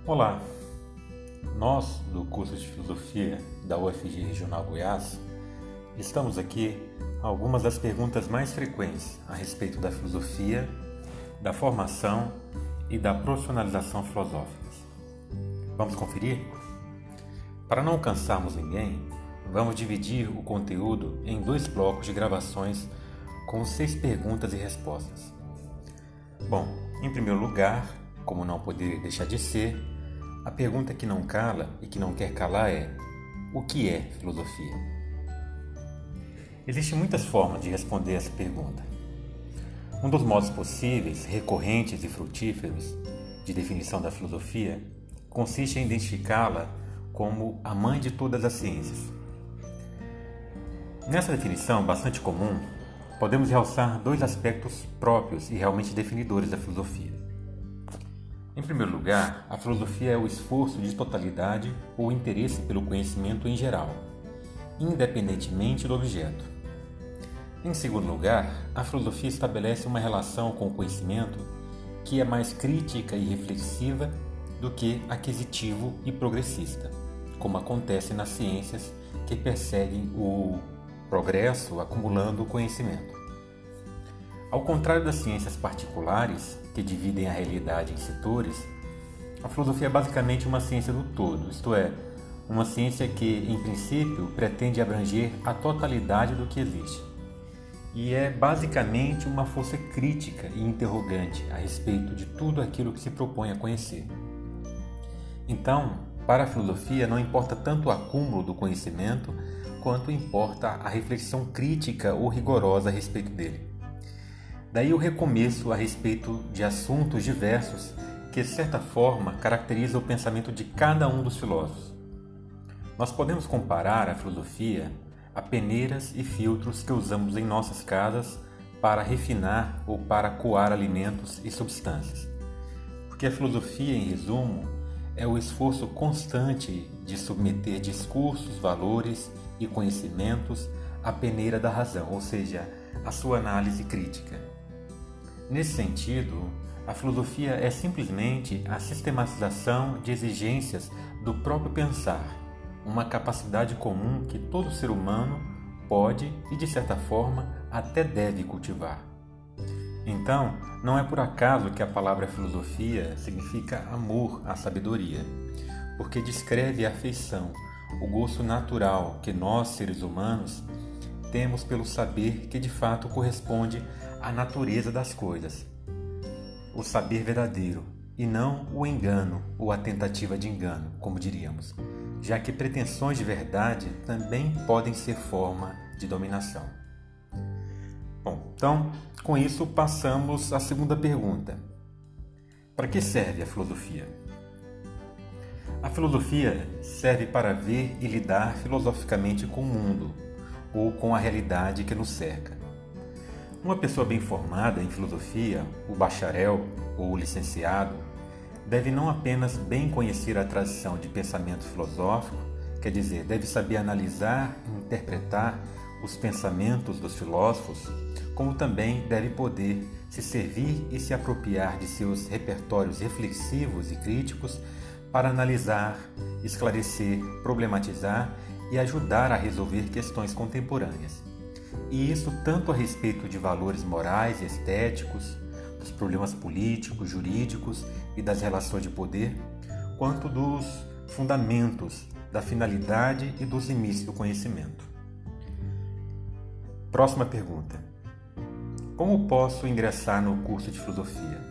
Olá, nós do curso de Filosofia da UFG Regional Goiás estamos aqui algumas das perguntas mais frequentes a respeito da filosofia, da formação e da profissionalização filosóficas. Vamos conferir? Para não cansarmos ninguém, vamos dividir o conteúdo em 2 blocos de gravações com 6 perguntas e respostas. Bom, em primeiro lugar, como não poderia deixar de ser, a pergunta que não cala e que não quer calar é: o que é filosofia? Existem muitas formas de responder essa pergunta. Um dos modos possíveis, recorrentes e frutíferos de definição da filosofia consiste em identificá-la como a mãe de todas as ciências. Nessa definição bastante comum, podemos realçar 2 aspectos próprios e realmente definidores da filosofia. Em primeiro lugar, a filosofia é o esforço de totalidade ou interesse pelo conhecimento em geral, independentemente do objeto. Em segundo lugar, a filosofia estabelece uma relação com o conhecimento que é mais crítica e reflexiva do que aquisitivo e progressista, como acontece nas ciências que perseguem o progresso acumulando o conhecimento. Ao contrário das ciências particulares, que dividem a realidade em setores, a filosofia é basicamente uma ciência do todo, isto é, uma ciência que, em princípio, pretende abranger a totalidade do que existe. E é basicamente uma força crítica e interrogante a respeito de tudo aquilo que se propõe a conhecer. Então, para a filosofia, não importa tanto o acúmulo do conhecimento, quanto importa a reflexão crítica ou rigorosa a respeito dele. Daí o recomeço a respeito de assuntos diversos que, de certa forma, caracterizam o pensamento de cada um dos filósofos. Nós podemos comparar a filosofia a peneiras e filtros que usamos em nossas casas para refinar ou para coar alimentos e substâncias. Porque a filosofia, em resumo, é o esforço constante de submeter discursos, valores e conhecimentos à peneira da razão, ou seja, à sua análise crítica. Nesse sentido, a filosofia é simplesmente a sistematização de exigências do próprio pensar, uma capacidade comum que todo ser humano pode e, de certa forma, até deve cultivar. Então, não é por acaso que a palavra filosofia significa amor à sabedoria, porque descreve a afeição, o gosto natural que nós, seres humanos, temos pelo saber que de fato corresponde à natureza das coisas, o saber verdadeiro, e não o engano ou a tentativa de engano, como diríamos, já que pretensões de verdade também podem ser forma de dominação. Bom, então, com isso passamos à segunda pergunta. Para que serve a filosofia? A filosofia serve para ver e lidar filosoficamente com o mundo, ou com a realidade que nos cerca. Uma pessoa bem formada em filosofia, o bacharel ou o licenciado, deve não apenas bem conhecer a tradição de pensamento filosófico, quer dizer, deve saber analisar e interpretar os pensamentos dos filósofos, como também deve poder se servir e se apropriar de seus repertórios reflexivos e críticos para analisar, esclarecer, problematizar e ajudar a resolver questões contemporâneas. E isso tanto a respeito de valores morais e estéticos, dos problemas políticos, jurídicos e das relações de poder, quanto dos fundamentos, da finalidade e dos limites do conhecimento. Próxima pergunta. Como posso ingressar no curso de filosofia?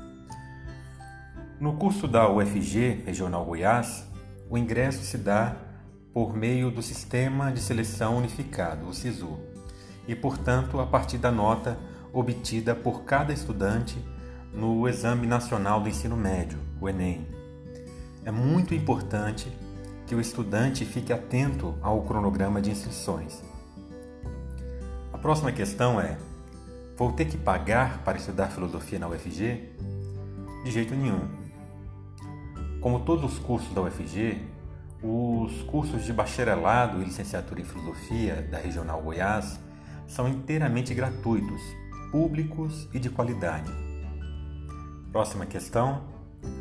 No curso da UFG Regional Goiás, o ingresso se dá por meio do Sistema de Seleção Unificado, o SISU, e, portanto, a partir da nota obtida por cada estudante no Exame Nacional do Ensino Médio, o Enem. É muito importante que o estudante fique atento ao cronograma de inscrições. A próxima questão é: vou ter que pagar para estudar filosofia na UFG? De jeito nenhum. Como todos os cursos da UFG, os cursos de bacharelado e licenciatura em filosofia da Regional Goiás são inteiramente gratuitos, públicos e de qualidade. Próxima questão.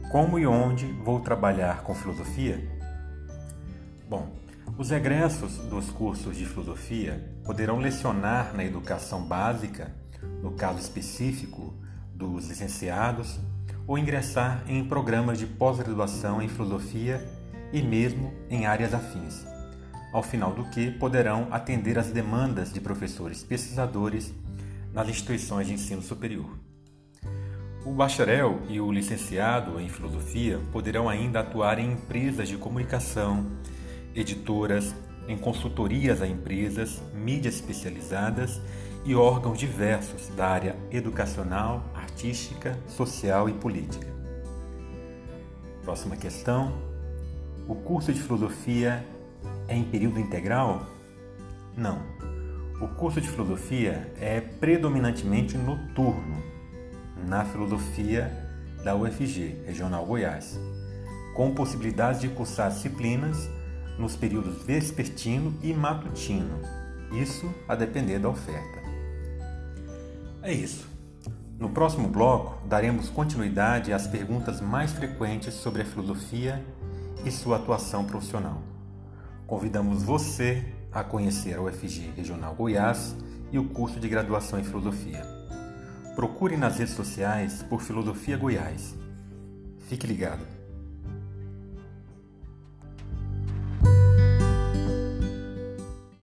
Como e onde vou trabalhar com filosofia? Bom, os egressos dos cursos de filosofia poderão lecionar na educação básica, no caso específico dos licenciados, ou ingressar em programas de pós-graduação em filosofia e mesmo em áreas afins, ao final do que poderão atender às demandas de professores pesquisadores nas instituições de ensino superior. O bacharel e o licenciado em filosofia poderão ainda atuar em empresas de comunicação, editoras, em consultorias a empresas, mídias especializadas e órgãos diversos da área educacional, artística, social e política. Próxima questão. O curso de filosofia é em período integral? Não. O curso de filosofia é predominantemente noturno na filosofia da UFG, Regional Goiás, com possibilidade de cursar disciplinas nos períodos vespertino e matutino, isso a depender da oferta. É isso. No próximo bloco, daremos continuidade às perguntas mais frequentes sobre a filosofia e sua atuação profissional. Convidamos você a conhecer a UFG Regional Goiás e o curso de graduação em filosofia. Procure nas redes sociais por Filosofia Goiás. Fique ligado!